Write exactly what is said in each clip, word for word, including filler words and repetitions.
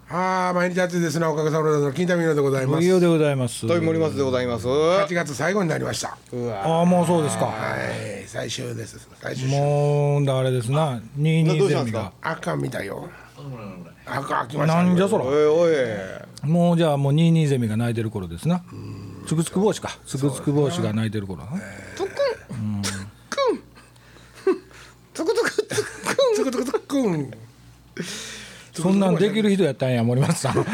ああ、毎日暑いですな。おかげさまで金田美濃でございます。 無料でございます。 と森松でございます。 はちがつ最後になりました。 うわああ、もうそうですか。 はい、最終です。最終週。 もうあれですな、にじゅうにゼミが赤見たよ。赤開きました。 なんじゃそら。 おいおい。 もうじゃあもうにじゅうにゼミが泣いてる頃ですな。つくつく帽子か。つくつく帽子が泣いてる頃な。 つくん。くん。つくつくつくつくつくつくん。 そんなんできる人やったんや、森松さん。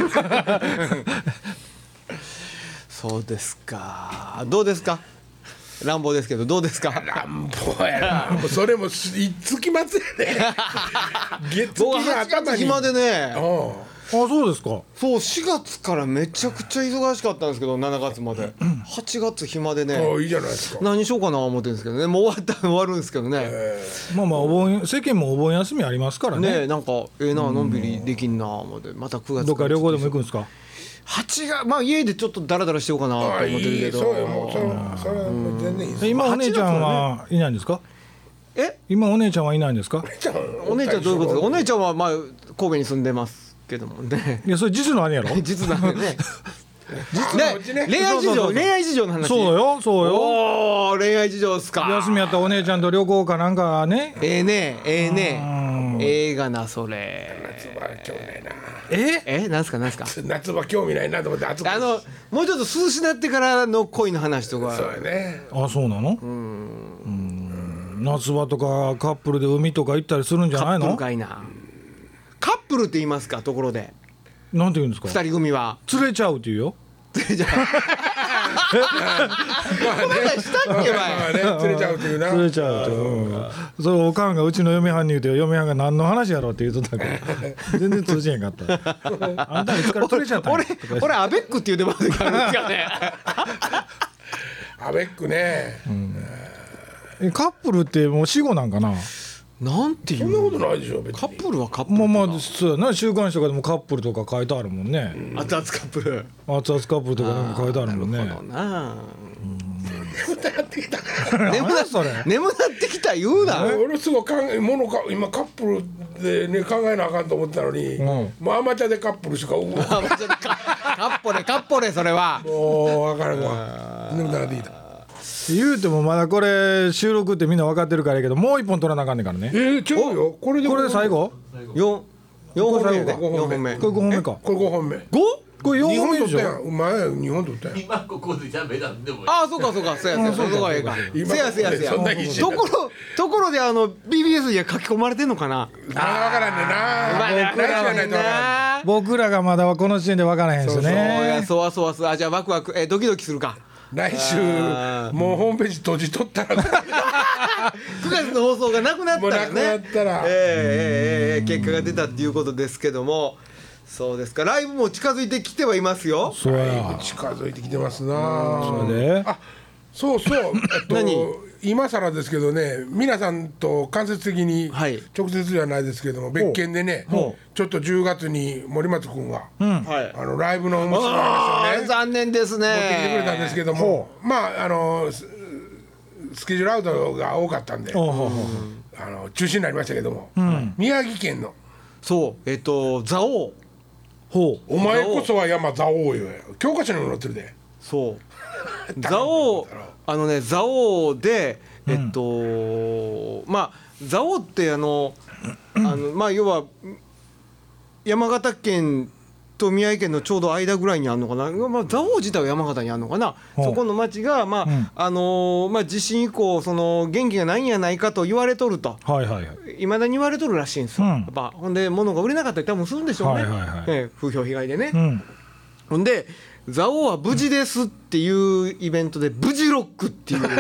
そうですか。どうですか。乱暴ですけどどうですか。 乱暴やな。もうそれもいつきまつやね。月僕は金が頭に。 暇でね。 あ、そうですか。 そうしがつからめちゃくちゃ忙しかったんですけどしちがつまで。はちがつ暇でね。 ああ、いいじゃないですか。 何しようかな思ってるんですけどね。もう終わったら終わるんですけどね。 まあまあお盆世間もお盆休みありますからね。 ねえなんかええなのんびりできんな思ってまたくがつどっか旅行でも行くんですか。 はちがつまあ家でちょっとダラダラしようかなと思ああ、いってるけど。 い。そうよ、もうそれそれはもう全然いいです。 今お姉ちゃんはいないんですか。 え今お姉ちゃんはいないんですか。 お姉ちゃんどういうことですか。お姉ちゃんはまあ神戸に住んでますけどもね。 いやそれ実の姉やろ。 実なんでね。 実はうちね。 恋愛事そうそうそう情恋愛事情の話。 そうよそうよ。 おお恋愛事情ですか。 休みやったらお姉ちゃんと旅行かなんかね。 ええねええねええがなそれ。 夏場興味ないな。 ええなんすかなんすか。 夏場興味ないなと思って暑くて。 あのもうちょっと涼しなってからの恋の話とか。 そうやね。 あ、そうなの。うん夏場とかカップルで海とか行ったりするんじゃカップルないの。 かいな。カップルって言いますかところでなんて言うんですか。 二人組は。 連れちゃうって言うよ。 じゃあこの話したっけまあ前。 ね、釣れちゃうっていうな。 連れちゃうって、うん、それおかんがうちの嫁はんに言うて嫁はんが何の話やろって言うとったけど全然通じへんかったあんたいつから連れちゃったんや俺とか言って俺アベックって言うてますからね。 アベックね。 えカップルってもう死後なんかな。 なんていそんなこう。 とないでしょ別に。 カップルはカップルまあとか。 まあそうやな、週刊誌とかでもカップルとか書いてあるもんね。 熱々カップル。 熱々カップルとかなんか書いてあるもんね。 なるほどな。 眠たなってきた。 眠な何それ眠なってきた言うな。 俺すごい考えものか今カップルでね考えなあかんと思ってたのに、 んもうアマチュアでカップルしか動かあちょっとカカッポレカッポレそれは。 もう分からんわ。眠たなってきた。 言うてもまだこれ収録ってみんな分かってるからやけどもう一本取らなあかんねんからね。 えー、ちょうよ。これでこれで最後四四本目やで。 これ四本目。 これごほんめか。 これごほんめ。 五？ これよん日本ほんめでしょ。 取ったやん。前日本取ったやん。 今ここでじゃべらんでもいい。 ああそうかそうかそうやそうやそうかええか。 今せやせやせや。 そんな必死だところところであの ビービーエス には書き込まれてんのかな。 まだ分からんねんな。 まあ来週やないと分からん。 僕らがまだはこの時点で分からへんですそうやね。 そわそわすあじゃあワクワクえドキドキするか。 来週もうホームページ閉じとったらくがつの放送がなくなったらね。 もうなくなったらええええええ結果が出たっていうことですけども。そうですかライブも近づいてきてはいますよ。 そうや。 近づいてきてますな。 それであ、そうそう。えっと何今更ですけどね、皆さんと間接的にはい直接じゃないですけども、別件でね、ちょっとじゅうがつに森松君が、 はい。 あのライブの面白いあー話をね残念ですね。 持ってきてくれたんですけども、まああのススケジュールアウトが多かったんで、 ほうほうほうあの中止になりましたけども、宮城県のそうえっと蔵王。 ほうお前こそは山蔵王よ、教科書にも載ってるで。 そう蔵王あのね蔵王でえっと、まあ蔵王ってあのあのまあ要は山形県と宮城県のちょうど間ぐらいにあるのかな、まあ、蔵王自体は山形にあるのかな、 ほうそこの町がまあ、あのまあ地震以降その元気がないんやないかと言われとると。 はいはいはい。 いまだに言われとるらしいんですよ、 うんやっぱほんで物が売れなかったり多分するんでしょうね、 はいはいはいええ風評被害でね、 うん。 ほんで蔵王は無事ですっていうイベントで無事ロックっていう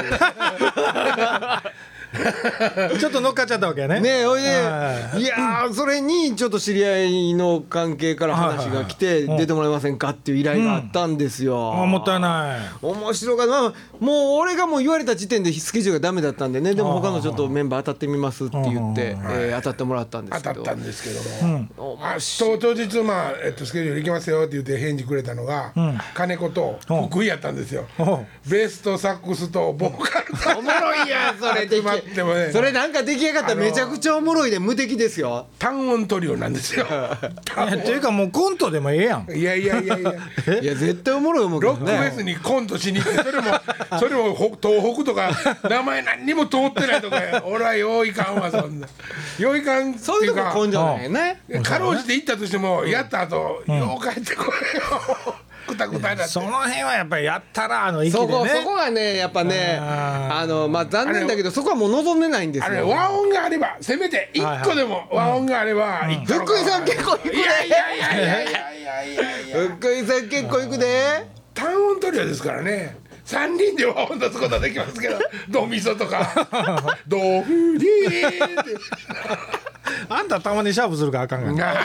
ちょっと乗っかっちゃったわけね。 ねえおいではいやーそれにちょっと知り合いの関係から話が来て出てもらえませんかっていう依頼があったんですよ、 あ、もったいない。 面白かった、まあ、もう俺がもう言われた時点でスケジュールがダメだったんでね、でも他のちょっとメンバー当たってみますって言って、えー当たってもらったんですけど当たったんですけども、 面あ白い当当日、まあえっと、スケジュール行きますよって言って返事くれたのが、金子と福井やったんですよ。 ほベースとサックスとボーカルとおもろいやんそれで集まっでもねそれなんか出来上がったらめちゃくちゃおもろいで無敵ですよ。 単音トリオなんですよ。 いやっていうかもうコントでもええやん。 いやいやいやいやいや絶対おもろい思うけロックフどね。 ェスにコントしに行ってそれもそれもほ東北とか名前何にも通ってないとか俺はよういかんわそんなよういかんってそういいううかとこ根性ないね。 かろうじて行ったとしてもやった後よう帰ってこいよくたくたになってその辺はやっぱりやったらあの息でね。 そこそこがねやっぱねああのまあ残念だけどそこはもう望んでないんですあれよ。 和音があればせめて一個でも和音があれば行ったのか福井さん結構行くね。 いやいやいやいやいやいやいやいや福井さん結構行くで。 単音トリオですからねさんにんで和音出すことはできますけどドミソとかドフリーってあんたたまにシャープするからあかんがな。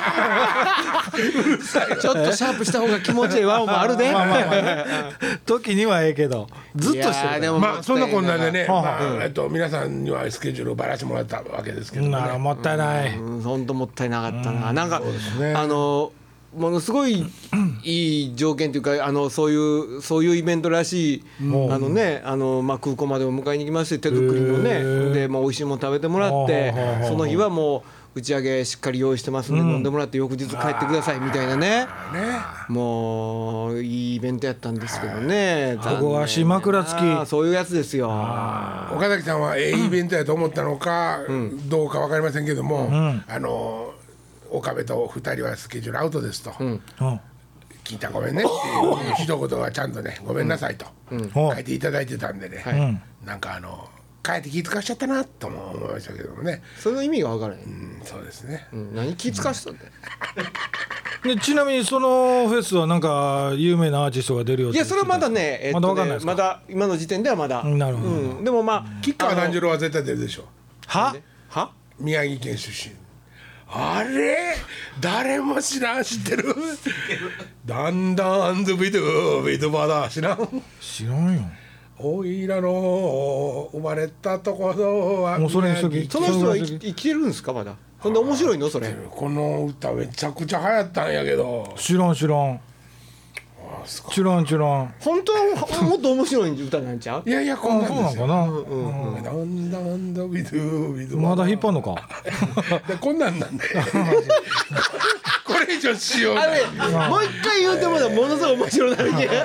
ちょっとシャープした方が気持ちいい和音もあるで。 まあまあまあね時にはええけどずっとしていやーるかでもまあそんなこんなでね、 はあまあえっと、皆さんにはスケジュールをばらしてもらったわけですけどら。 もねならもったいない。 うん本当もったいなかったな。なんかねあのものすごいいい条件というかあのそういうそういうイベントらしい、あのねあの、まあ、空港までお迎えに行きまして手作りのねへーで、まあ、美味しいもの食べてもらってはあはあはあその日はもう打ち上げしっかり用意してますんで、飲んでもらって翌日帰ってくださいみたいなねねもういいイベントやったんですけどねここは島倉付きあそういうやつですよ。 岡崎さんはええイベントやと思ったのか、どうかわかりませんけども、あの岡部と二人はスケジュールアウトですと、 うん聞いたごめんねっていう一言はちゃんとねごめんなさいと書いていただいてたんでね、なんかあの帰って気づかしちゃったなとも思いましたけどもね、 その意味が分からへん、 うん、そうですね、 うん、何気づかしたんだよ。 でちなみにそのフェスはなんか有名なアーティストが出るよっていやそれはまだね、えっまだとわかんないですかねまだ今の時点ではまだ。 なるほどうん、でもまあ吉川團十郎は絶対出るでしょはは宮城県出身あれ誰も知らん知ってるだんだんズビドゥビドゥバダ知らん知らんよ。 おいらの生まれたところはもうそれにしときその人は生き生きてるんですかまだ。そんで面白いのそれ。 この歌めちゃくちゃ流行ったんやけど知らん知らん知らん知らん。 本当はもっと面白い歌なんちゃう。 いやいやこんあなんそうなですよんかな。 だんだんだビドゥビドゥまだ引っ張んのか。 でこんなんなんでこれ以上しようないあれもう一回言うてもらったらものすごい面白いなるけ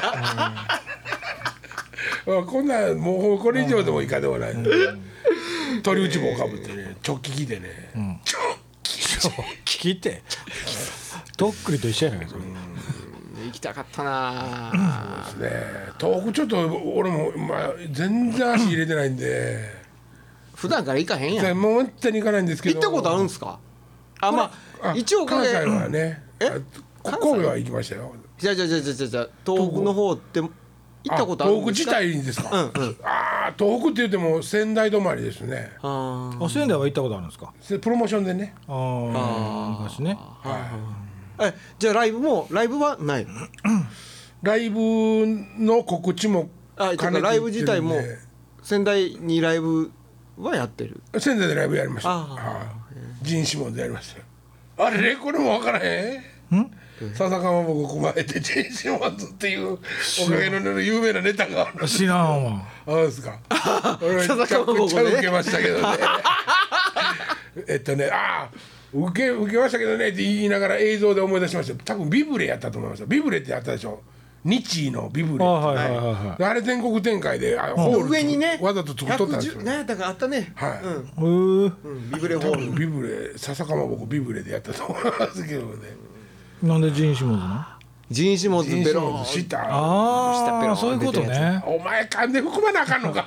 こんなんもうこれ以上でもいかでもない鳥打ち棒かぶってねチョッキ着てね、チョッキ聞いてとっくりと一緒やないかそれ。 行きたかったな。 ね東北ちょっと俺も、まあ、全然足入れてないんで普段から行かへんやん。 もうめったに行かないんですけど行ったことあるんですか。あまああ一応関西はねえあ神戸は行きましたよじゃあじゃあじゃあじゃあじゃあ東北の方って行ったことあるんですか。 あ東北自体にですか、 うんうんああ東北って言っても仙台止まりですねあーあ仙台は行ったことあるんですか。 それプロモーションでねああ昔ね。 えじゃあライブもライブはない。 ライブの告知もあてか兼ねてライブ自体も行ってるんで仙台にライブはやってる。 仙台でライブやりましたあはい陣志門でやりましたよあれねこれも分からへんん笹かまぼここまえて陣志門っていうおかげの有名なネタがある知らんわ。 あそうですか俺めちゃ笹かまぼこねくちゃ受けましたけどねえっとねああ受け受けましたけどねって言いながら映像で思い出しました多分ビブレやったと思いますビブレってやったでしょ日のビブレあはいはいはいはい。 あれ全国展開であホール上にねわざと作っとったんですよひゃくじゅう何やったかあったね。 はいうんうーうんビブレホール。 多分ビブレ笹かまぼこビブレでやったと思いますけどねなんでジンシモンズの。 陣志門ズベロン。 知った下ペロああンそういうことね。 お前噛んで含まなあかんのか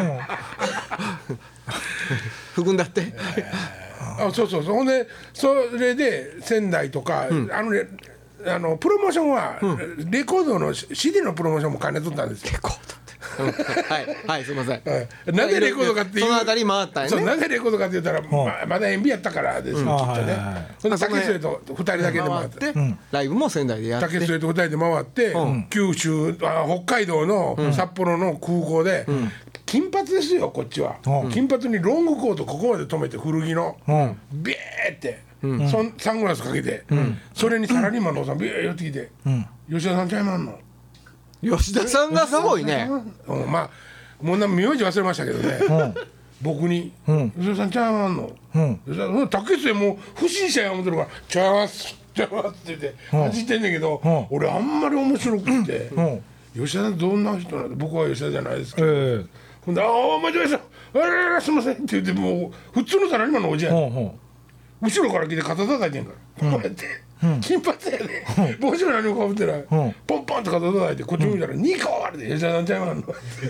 含んだって。 あそうそうそうほんでそれで仙台とか、あのねあのプロモーションは、レコードの シーディー のプロモーションも兼ねとったんですよ。 こうだって。はいはいすみません。 はいなぜレコードかっていうそのあたり回ったんやね。 そうなぜレコードかって言ったら、まあまだエンビやったからですよ、きっとあはいはいねはい。 ほんで竹末とふたりだけで回っ回っててライブも仙台でやって。 竹末とふたりで回って、九州あ北海道の札幌の空港で、金髪ですよこっちは、 うん金髪にロングコートここまで止めて古着の、 うんビエーって、そんサングラスかけて、それにサラリーマンのおっさんビエー寄ってきて、吉田さんちゃいまんの、 吉田さんがすごいね。 うん、まあもうな名字忘れましたけどね、 僕にうん 「吉田さんちゃいまんの?」 うん吉田さん竹内もう不審者や思ってるから「ちゃいますちゃいます」って言ってうん走ってんねんけど、 うん俺あんまり面白くてうん 「吉田さんどんな人なんで僕は吉田じゃないですけど」 ええほんで「ああ間違えましたあらららすいません」って言ってもう普通のサラリーマンのおじやねんほうほ後ろから来て肩叩いてんからこうやって金髪やで帽子も何もかぶってないうんポンポンって肩叩いてこっち見たら「ニコ!」って「吉田さんちゃいまんの?」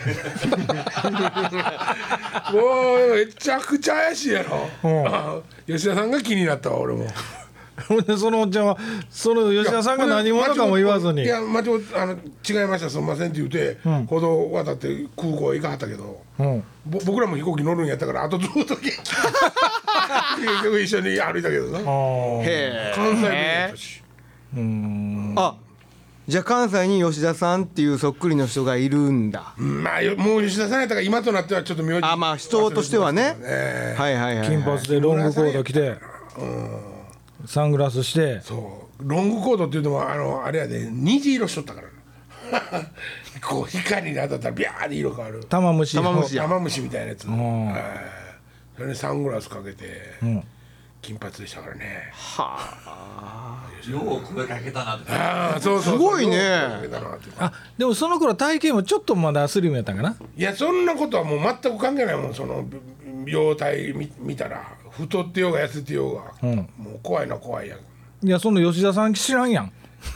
もうめちゃくちゃ怪しいやろうんあ吉田さんが気になったわ俺も。 うほんでそのおっちゃんはその吉田さんが何者かも言わずにいや間違あの違いましたすみませんって言うて、 うん歩道渡って空港行かはったけど、 うんぼ僕らも飛行機乗るんやったからあとずっと結局一緒に歩いたけどなああへ関西弁やえったしうーんあじゃあ関西に吉田さんっていうそっくりの人がいるんだ。 うんまあよもう吉田さんやったから今となってはちょっと名字あまあ人としてはね忘れてますけどねはいはいはい、 金髪でロングコート着てサングラスしてそうロングコートっていうのはあのあれやで虹色しとったからなこう光に当たったらビャーって色変わる玉虫玉虫や玉虫みたいなやつ、 んはいそれにサングラスかけて、 うん金髪でしたからねよう声かけたなってああそうそうそうすごいねよくかけたなってあでもその頃体型もちょっとまだスリムやったんかないやそんなことはもう全く関係ないもんその病態見見たら太ってようが痩せてようが、 うんもう怖いな怖いやんいやその吉田さん知らんやん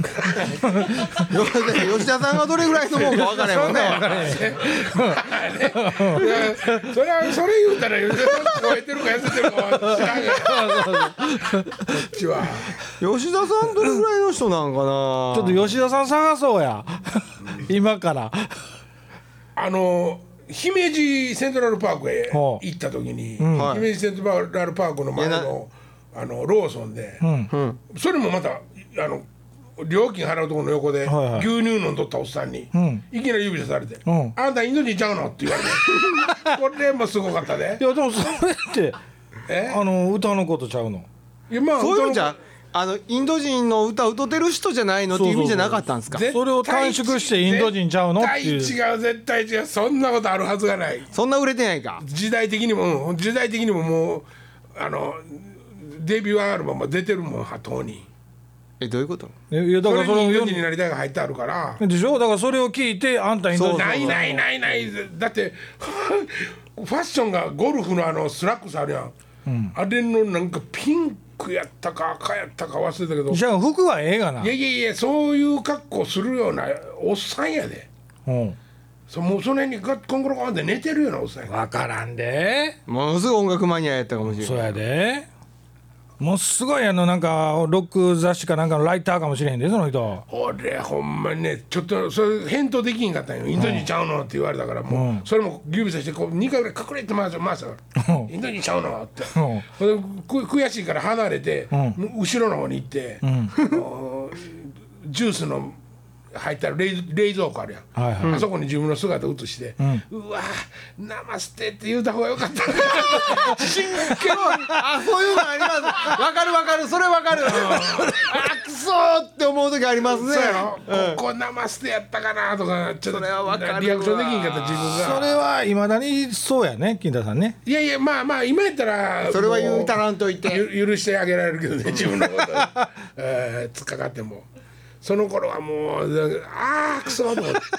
吉田さんがどれぐらいのもんか分からへんもんねいやそれはそれ言うたら吉田さん超えてるか痩せてるかは知らんがこっちは吉田さんどれぐらいの人なんかなちょっと吉田さん探そうや今からあの姫路セントラルパークへはあ行った時に、 はい姫路セントラルパークの前いやのあのローソンで、 うんそれもまたあの料金払うところの横で、 はいはい牛乳飲んどったおっさんに、 んいきなり指さされて「 うんあんたインド人ちゃうの?」って言われてこれもすごかったでい。やでもそれってえあの歌のことちゃうのいやまあそういうんじゃ歌のあのインド人の歌歌ってる人じゃないのっていう意味じゃなかったんですか。 絶対それを短縮してインド人ちゃうのっていう絶対違う絶対違うそんなことあるはずがないそんな売れてないか。 時代的にもうん時代的にももうあのデビューアルバムも出てるもんとうにえどういうこと。 いやだそからそれをれにインド人になりたいが入ってあるからでしょだからそれを聞いてあんたインド人ないないないないだってファッションがゴルフのあのスラックスあるやん、あれのなんかピンクやったか赤やったか忘れたけどじゃあ服はええがないやいやいやそういう格好するようなおっさんやでうんそもうその辺にガッコンコロコンって寝てるようなおっさんや分からんでものすごい音楽マニアやったかもしれない。 そうやでもうすごいあのなんかロック雑誌かなんかのライターかもしれへんでその人俺ほんまにねちょっとそれ返答できんかったんよインド人ちゃうのって言われたからもう、 うんそれも指さしてこうにかいぐらい隠れて回した回したからうんインド人ちゃうのってうんそれでく悔しいから離れて、後ろの方に行って、あのジュースの入ったら冷冷蔵庫あるやん、 はいはいあそこに自分の姿映して、うわナマステって言うた方がよかった真剣あそういうのあります。わかるわかるそれわかる。あくそーって思う時ありますね。 そうやろ、ここナマステやったかなとかちょっそれはわかるわとリアクションできんかった自分がそれはいまだにそうやね金田さんねいやいやまあまあ今やったらそれは言もうたらんといて。 ゆ許してあげられるけどね自分のこと、えー、突っかかってもその頃はもうああクソと思って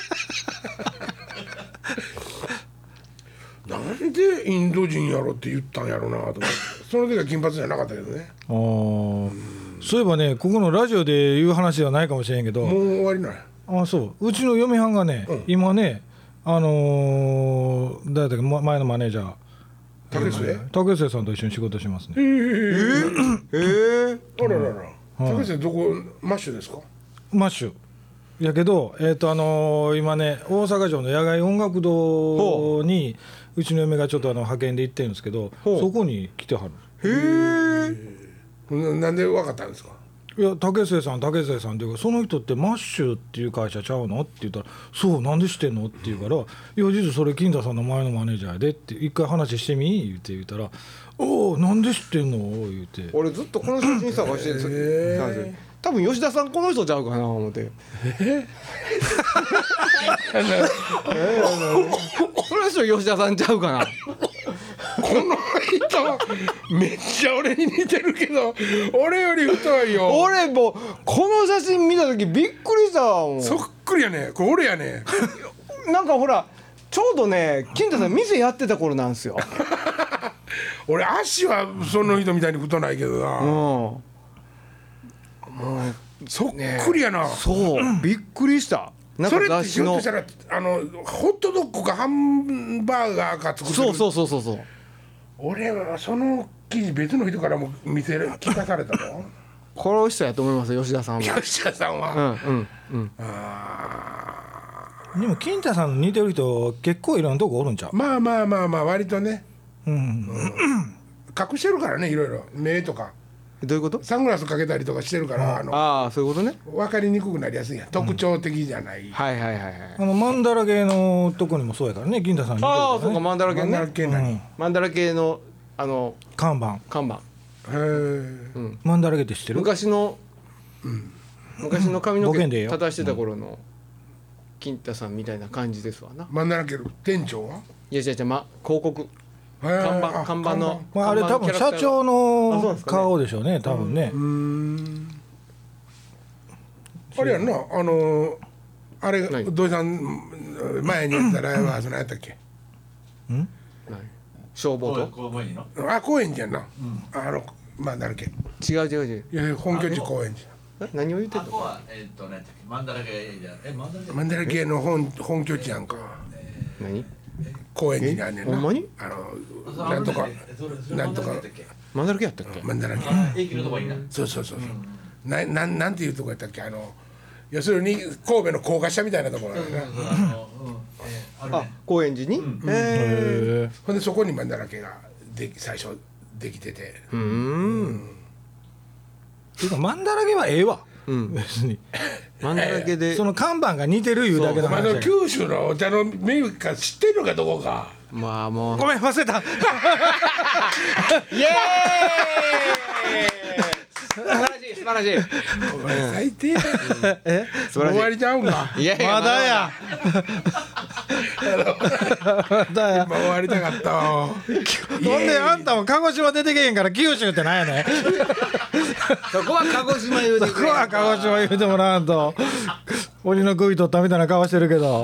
なんでインド人やろって言ったんやろなと思ってその時は金髪じゃなかったけどねあーそういえばねここのラジオで言う話ではないかもしれんけどもう終わりないあそううちの嫁はんがね、 うん今ねあのー、誰だっけま前のマネージャー竹末竹末さんと一緒に仕事してますねええあららら竹末どこマッシュですかマッシュやけど、えーとあのー今ね大阪城の野外音楽堂にうちの嫁がちょっとあの派遣で行ってるんですけどほうそこに来てはるへえ。 ななんで分かったんですかいや竹末さん竹末さんっていうかその人ってマッシュっていう会社ちゃうのって言ったらそうなんで知ってんのって言うからいや実はそれ金田さんの前のマネージャーやでって一回話してみ言って言ったらおおなんで知ってんの言うて俺ずっとこの写真探してるんですよ。多分吉田さんこの人ちゃうかな思って。え？それは吉田さんちゃうかな。 この人めっちゃ俺に似てるけど俺より太いよ。 俺もうこの写真見た時びっくりしたわもう。 そっくりやね。これ俺やね。 なんかほらちょうどね金太さん店やってた頃なんですよ。 俺足はその人みたいに太ないけどな、 うん、 そっくりやな、 そうびっくりした。なんかそれって雑誌のひょっとしたらあのホットドッグかハンバーガーか作ってる。 そうそうそうそうそう。 俺はその記事別の人からも見せる聞かされたの。 この人やと思います吉田さんは。 吉田さんは、 うんうんうん。 あでも金太さんの似てる人結構いろんなとこおるんちゃう。 まあまあまあまあ割とね、 うん、 隠してるからねいろいろ目とかどういうこと？ サングラスかけたりとかしてるからあのああそういうことね。 分かりにくくなりやすいやん。特徴的じゃない、 はいはいはいはい。 あのマンダラ系のとこにもそうやからね金太さん似てるからね。 ああそうかマンダラ系マンダラね。 系何、へマンダラ系のあの看板看板。 え、 マンダラ系って知ってる？ 昔の、昔の髪の毛ボケんでええよ立たしてた頃の金太さんみたいな感じですわな。 マンダラ系の店長は、 いや違う違う、ま、広告へえ、 看板あ看板のまあ、あれ多分社長あそうなんのですかね顔でしょうね多分ね。 うーんあれやんなあのあれ何土井さん前にやったライブハウス何やったっけ。 何消防とこう前にのあ高円寺やんな、あのマンダラ系。 違う違う違う。 いや本拠地高円寺。 え何を言ってんの？ あとはえっとねマンダラ系じゃえマンダラ系マンダラ系の本本拠地やんか。 何？ 高円寺にあんねんな。 えほんまにあのなんとかなんとかマンダラ系やったっけ？ マンダラ系。 駅のとこになそうそうそうそう。ななんなんていうとこやったっけあの要するに神戸の高架下みたいなところなんだな。 あのうんえあるあね高円寺に？へえ。 ほんでそこにマンダラ系がで最初できてて。 うーん。 ていうかマンダラ系はええわ、 うん別にマンダラ系でその看板が似てるいうだけのお前の話やけど。 九州のお茶のメニューか知ってるのかどこか。 まあもうごめん忘れたイエーイ素晴らしい素晴らしい。 お前最低や。 え素晴らしい。 終わりちゃうんか。 いやいやまだやまだや今終わりたかったわ。 ほんであんたも鹿児島出てけへんから九州ってなんやねんそこは鹿児島言うてそこは鹿児島言うてもらわんと鬼の首取ったみたいな顔してるけど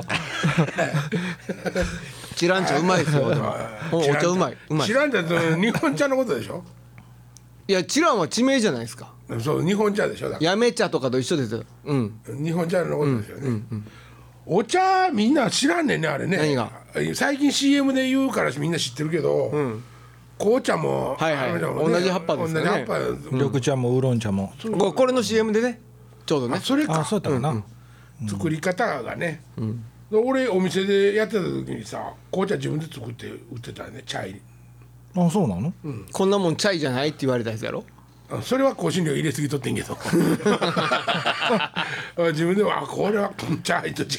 チランチャうまいですよでもお茶うまいうまい。 知らんじゃ日本茶のことでしょ。 いやチランは地名じゃないですか。 そう日本茶でしょだからやめ茶とかと一緒ですよ。うん日本茶のことですよね、お茶みんな知らんねんねあれね。 何が最近 シーエム で言うからみんな知ってるけど、紅茶も、 はいはいあれだもん同じ葉っぱですよね同じ葉っぱ、 緑茶もウーロン茶もここれの シーエム でねちょうどねあそれかあそうやったかな、 作り方がね、で俺お店でやってた時にさ紅茶自分で作って売ってたよねチャイ。 あそうなの、 こんなもんチャイじゃないって言われたやつやろ。 あそれは香辛料入れすぎとってんけど自分ではあこれはチャイと違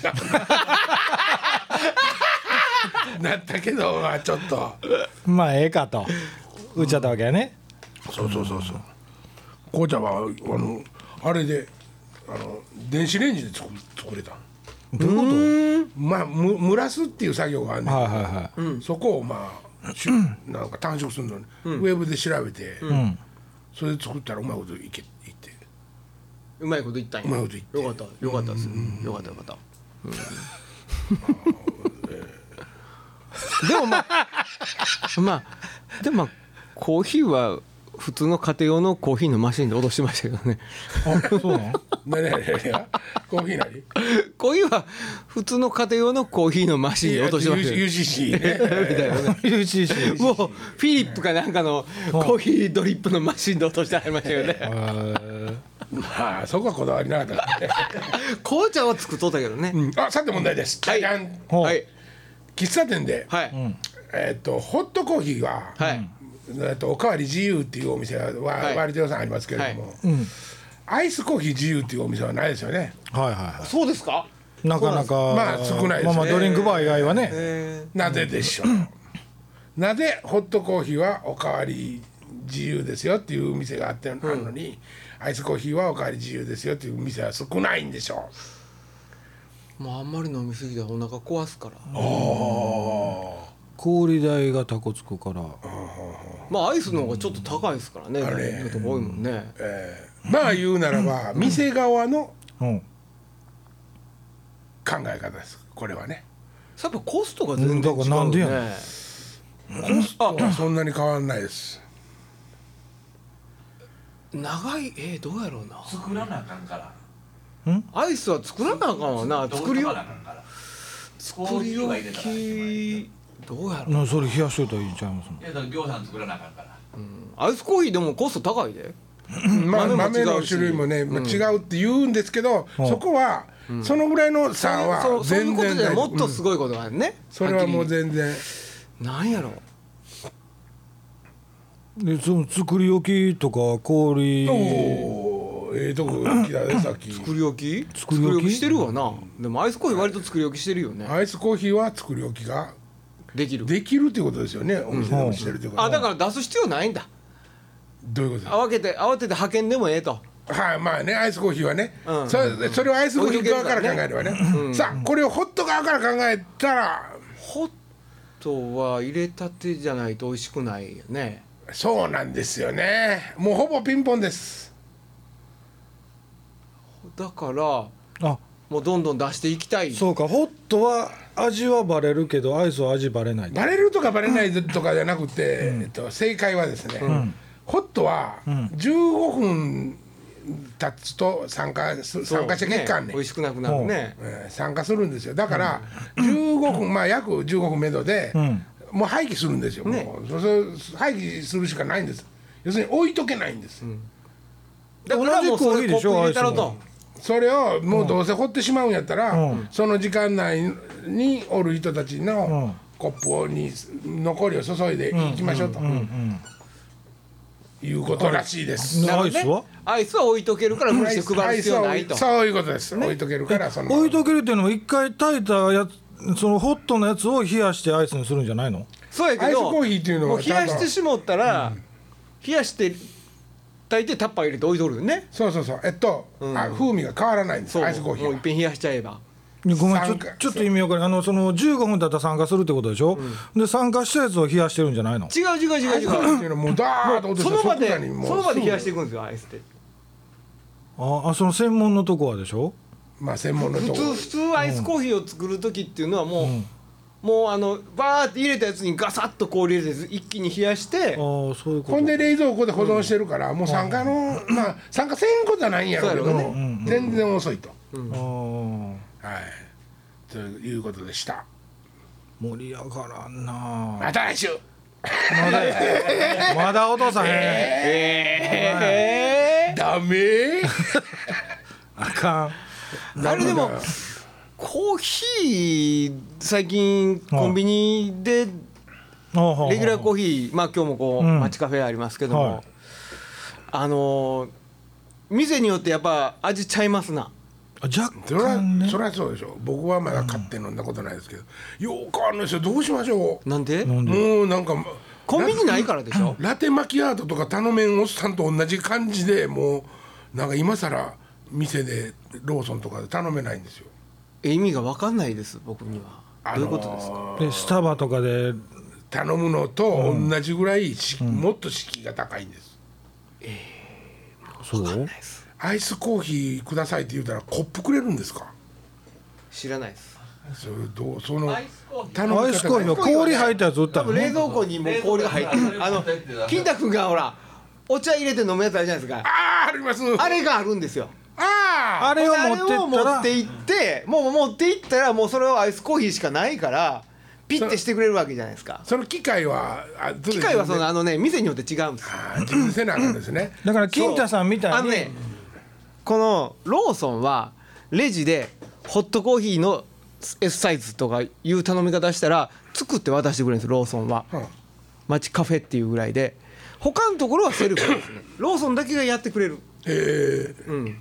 うなったけどまあちょっとまあええかと売っちゃったわけやね、 そうそうそうそう紅茶はあのあれであの電子レンジで作作れた。 どういうこまあむ蒸らすっていう作業があるんとだけど、 はいはいはい、 そこをまあしなんか短縮するのに、ウェブで調べて、それで作ったらうまいこといけいってうまいこと言ったんや。 うまいこと言ってよかったよかったですよかったよかった。でもまあまあでもまあコーヒーは普通の家庭用のコーヒーのマシンで落としてましたけどね。 あそうなの何何何コーヒー何コーヒーは普通の家庭用のコーヒーのマシンで落としてましたよ。 ユーシーシー ねユーシーシーもうフィリップかなんかのコーヒードリップのマシンで落としてありましたよね。 まあそこはこだわりなかったからね、 紅茶は作っとったけどね。 うんあさて問題です。 はいじゃじゃんほうはい喫茶店で、 はいえっとホットコーヒーは、 はいえっとおかわり自由っていうお店は、 はい割と予算ありますけれども、アイスコーヒー自由っていうお店はないですよね。 はいはそうですか。 いなかなかまあ少ないですねまあまあドリンクバー以外はね、 えなぜでしょう、なぜホットコーヒーはおかわり自由ですよっていう店があってあるのに、アイスコーヒーはおかわり自由ですよっていう店は少ないんでしょー、もうあんまり飲みすぎたらお腹壊すから。 氷代がタコつくから。 まあアイスの方がちょっと高いですからね。 あれちょっと多いもんね。 えー、まあ言うならば店側のうん考え方ですこれはね。 やっぱコストが全然違うね。 うんだからなんでやねんコストはそんなに変わんないです。 長いえー、どうやろうな。 作らなあかんからアイスは作らなあかんわな。作りよよ作り置きどうやろう。 なそれ冷やしといたらいいんちゃいますの。 いやだから餃子作らなあかんからアイスコーヒーでもコスト高いで。 まあ豆も違うし豆の種類もね、まあ、違うって言うんですけど、 うんそこはそのぐらいの差はそうそういう全ことで然大丈夫。 もっとすごいことがあるね。 それはもう全然なんやろでその作り置きとか氷。 おーええとこ来たねさっき。 作り置き作り置きしてるわな。でもアイスコーヒー割と作り置きしてるよね。 アイスコーヒーは作り置きができる。 できるっていうことですよね。お店でもしてるっていうこと。 あだから出す必要ないんだ。 どういうことですか。 慌てて慌てて派遣でもええと。 はいまあねアイスコーヒーはね、 うんそれそれをアイスコーヒー側から考えればね、さあこれをホット側から考えたらホットは入れたてじゃないと美味しくないよね。 そうなんですよね。もうほぼピンポンです。 だからあもうどんどん出していきたい。 そうかホットは味はバレるけどアイスは味バレない。 バレるとかバレないとかじゃなくて、えっと、正解はですね、ホットはじゅうごふん経つと酸化す酸化して結果ね美味しくなくなるね。 えー酸化するんですよ。だからじゅうごふんまあ約じゅうごふんめどで、 んもう廃棄するんですよ、 ねもうそそ廃棄するしかないんです。要するに置いとけないんです、 だからもうそれコップに入れたろと。 それをもうどうせ掘ってしまうんやったら、 うんその時間内におる人たちうのんコップをに残りを注いでいきましょうと、いうことらしいです。 アイスはアイスは置いとけるから無理して配る必要ないと。 そういうことです、置いとけるからその置いとけるっていうのも一回炊いたやつそのホットのやつを冷やしてアイスにするんじゃないの。 そうやけどアイスコーヒーっていうのはもう冷やしてしもったら、冷やして炊いてタッパー入れて置いとるよね。 そうそうそうえっと、あ風味が変わらないんですそうアイスコーヒーは。 もういっぺん冷やしちゃえば。 ごめんちょ酸化ちょっと意味わかる。あのそのじゅうごふんだったら酸化するってことでしょ、で酸化したやつを冷やしてるんじゃないの。 違う違う違うアイスコーヒーっていうのはもうダーッと落としてその場で即座にもうその場で冷やしていくんですよアイスって。 ああその専門のとこはでしょ。 まあ専門のとこ普通普通アイスコーヒーを作る時っていうのはもう、もうあのバーって入れたやつにガサッと氷入れて一気に冷やしてああそういうこと。 ほんで冷蔵庫で保存してるから、もう酸化の、まあ酸化せんことはないんやろうけども、 そうやろ全然遅いと、 ああはいということでした。 盛り上がらんな。 また来週。 まだまだ落とさへん。 えダメあかん。 あれでもコーヒー最近コンビニでレギュラーコーヒーまあ今日もこううん街カフェありますけども、 はいあのー店によってやっぱ味ちゃいますな。 若それは干ね。 それはそうでしょ。僕はまだ買って飲んだことないですけど、よう変わるんですよ。どうしましょなんでう。 なんでもうなんかコンビニないからでしょ。 ラテマキアートとか頼めんおっさんと同じ感じで、もうなんか今更店でローソンとかで頼めないんですよ。 え意味が分かんないです僕には。どういうことですか。 でスタバとかで頼むのと同じぐらいし、もっと敷居が高いんです。 そうないですアイスコーヒーくださいって言うたらコップくれるんですか。 知らないです。 それどうそのアイスコーヒー頼み方アイスコーヒーは氷入ったやつ売った多分冷のね。 蔵庫にもう氷が入ってる。あの金太くんがほらお茶入れて飲むやつあるじゃないですか。 あーあります。 あれがあるんですよ。 ああれを持ってあれを持ったらって行ってもう持って行ったらもうそれはアイスコーヒーしかないからピッてしてくれるわけじゃないですか。 その機械はあ機械はそのあのね店によって違うんですよ。 あー自分でせなあかんですね。 だから金太さんみたいにあのねこのローソンはレジでホットコーヒーの S サイズとかいう頼み方したら作って渡してくれるんですローソンは。 うん街カフェっていうぐらいで他のところはセルフですね。ローソンだけがやってくれる。 えーうん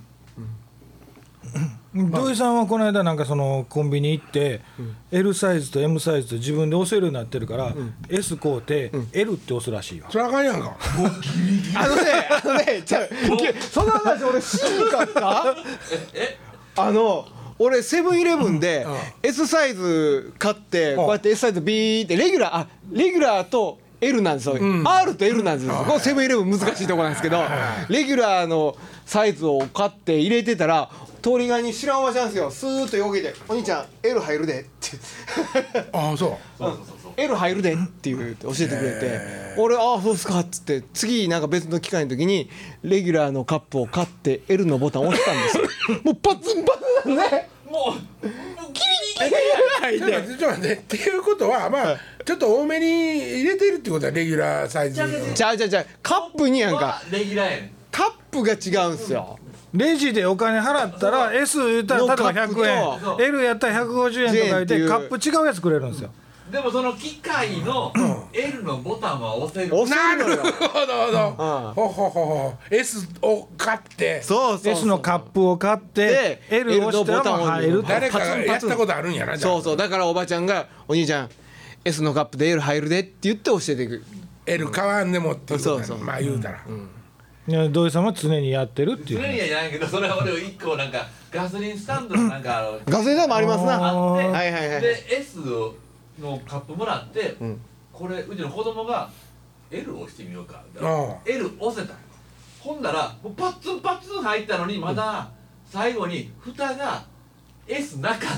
土井さんはこの間なんかそのコンビニ行って L サイズと M サイズと自分で押せるようになってるから S 買うて L って押すらしいよ。 それあかんやんか。 あのねあのねちゃうその話俺しんかったあの俺セブンイレブンで S サイズ買ってこうやって S サイズビーってレギュラーあレギュラーと L なんですよ、うん、R と L なんですよ、ここセブンイレブン難しいところなんですけど、レギュラーのサイズを買って入れてたら通りがに知らんおばちゃんですよ、スーッとよけて「お兄ちゃん L 入るで」ってああそうそうそうそう L 入るでって言って教えてくれて、俺ああそうですかっつって次なんか別の機会の時にレギュラーのカップを買って L のボタンを押したんですよもうパツンパツンなんねもうキリキリちょっと待ってちょっと待ってっていうことはまあちょっと多めに入れてるってことはレギュラーサイズにじゃあじゃあじゃあカップにやんかレギュラーやねんカップが違うんすよ。 レジでお金払ったら S 言ったら例えばひゃくえん L やったらひゃくごじゅうえんとか言ってカップ違うやつくれるんですよ。 でもその機械の L のボタンは押せる。 押せるのよ。 なるほどほほほほ S を買ってそうそうそう S のカップを買って L を押したらもう入るって誰かがやったことあるんやな。 そうそうだからおばちゃんがお兄ちゃん S のカップで L 入るでって言って教えてくる。 L 買わんでもっていうことそうそうまあ言うたら土井さんは常にやってるっていう常にはじゃないけどそれは俺一個なんかガソリンスタンドのなんかあのガソリンスタンドありますな。 あってはいはいはいで S のカップもらってこれうちの子供が L を押してみようか L 押せたほんだらもうパッツンパッツン入ったのにまだ最後に蓋が S なかって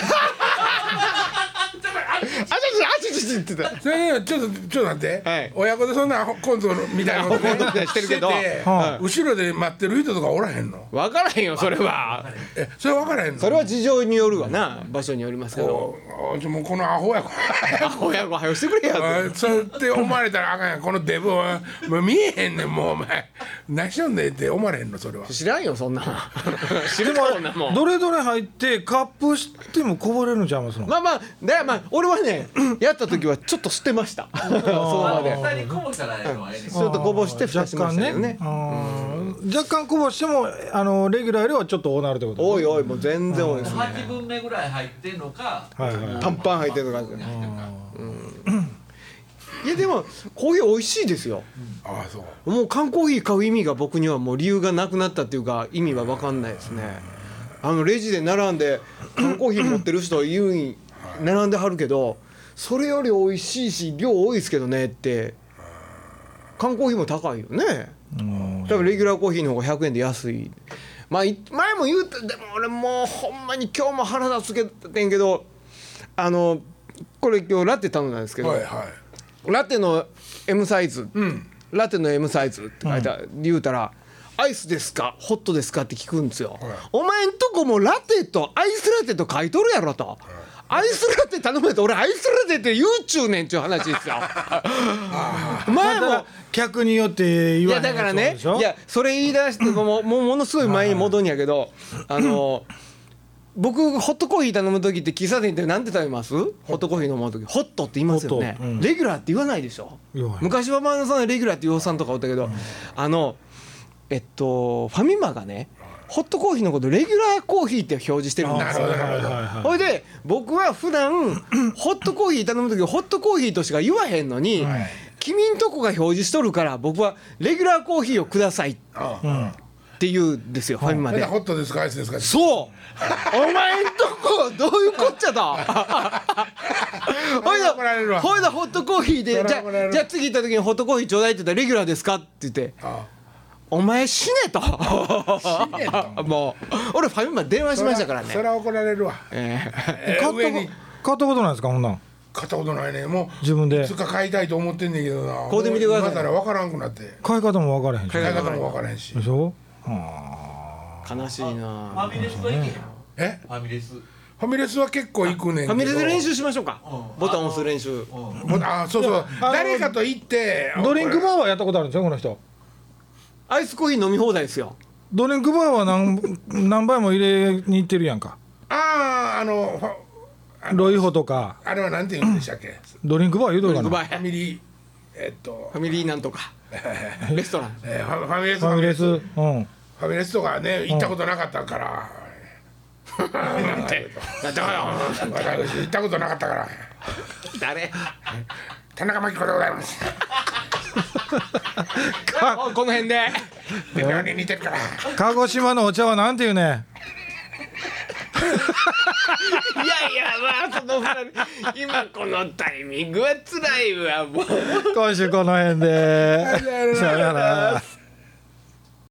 あちょちょあちょちょって言ってた。 それちょっとちょっと待って、 はい、 親子でそんなコントみたいなことねしてるけどしてて、はい、後ろで待ってる人とかおらへんの？ 分からへんよそれは。 えそれ分からへんの？ それは事情によるわな場所によりますけど。 もうこのアホや子アホや子はよしてくれやつ。そうって思われたらあかんやんこのデブはもう見えへんねんもうお前何しよんねんって思われへんのそれは。 知らんよそんな知るもんなもん。 どれどれ入ってカップしてもこぼれるんちゃいますの？ まあまあでまあ俺はねやった時はちょっと捨てました。そうまで。 蓋にこぼしたらええのはええねん。 ちょっとこぼして蓋しましたよね。 若干こぼしてもあのレギュラーよりはちょっと多なるってこと。 おいおいもう全然多いですね。 はちぶんめぐらい入ってんのか、 はいはい、 パンパン入ってるのか。いやでもコーヒー美味しいですよ。 ああそう。 もう缶コーヒー買う意味が僕にはもう理由がなくなったっていうか意味は分かんないですね。あのレジで並んで缶コーヒー持ってる人言うに並んではるけどそれより美味しいし量多いですけどねって缶コーヒーも高いよね。多分レギュラーコーヒーの方がひゃくえんで安い。まあ前も言うてでも俺もうほんまに今日も腹立つけてんけどあのこれ今日ラテ頼んだんですけど、 はいはい、 ラテの M サイズ、 うん、 ラテの M サイズって書いてある、うん、言うたらアイスですかホットですかって聞くんですよ、はい、お前んとこもラテとアイスラテと書いとるやろと、はい、アイスラテ頼むと俺アイスラテって言うちゅうねんちゅう話ですよ前も客によって言わない。 いやだからねいやそれ言い出してもうもうものすごい前に戻るんやけどあの僕ホットコーヒー頼む時って喫茶店って何て食べます？ホットコーヒー飲む時ホットって言いますよね、うん、レギュラーって言わないでしょ。昔はバーナさんレギュラーって言うおっさんとかおったけど、うん、あのえっとファミマがねホットコーヒーのことレギュラーコーヒーって表示してるんですよ。ほいで僕は普段ホットコーヒー頼む時ホットコーヒーとしか言わへんのに、はい、君んとこが表示しとるから僕はレギュラーコーヒーをくださいって言うんですよ、ファミマで。 ホットですかアイスですか。 そうお前んとこどういうこっちゃだほいだほいだホットコーヒーでじゃじゃあ次行った時にホットコーヒーちょうだいって言ったらレギュラーですかって言ってああお前死ねと死ねともう俺ファミマ電話しましたからね。 それは怒られるわ、 えーえー、買った買ったことないですかほんなん。 買ったことないね。もう自分でいつか買いたいと思ってんねんけどな。 買うてみてください。 今更分からんくなって買い方も分からへんし買い方も分からへんしでしょ。 はあ悲しいな。ファミレスは行けへん。 えファミレスファミレスは結構行くねんけど。 ファミレスで練習しましょうか、うん、ボタン押す練習、 うん、あそうそう誰かと行ってドリンクバーはやったことあるんですよこの人。 アイスコーヒー飲み放題ですよ。 ドリンクバーは 何, 何杯も入れに行ってるやんか。 あああのロイホとかあれはなんて言うんでしたっけドリンクバー言うとるかな。 ファミリーえっとファミリーなんとかレストラン、 えー、ファミレスファミレス、うん、ファミレスとかね行ったことなかったから、うん、なんて私行ったことなかったから誰田中真紀子でございますこの辺で微妙に似てるから。 鹿児島のお茶はなんていうねいやいやまあそのふたり今このタイミングは辛いわもう今週この辺でさよならさよなら。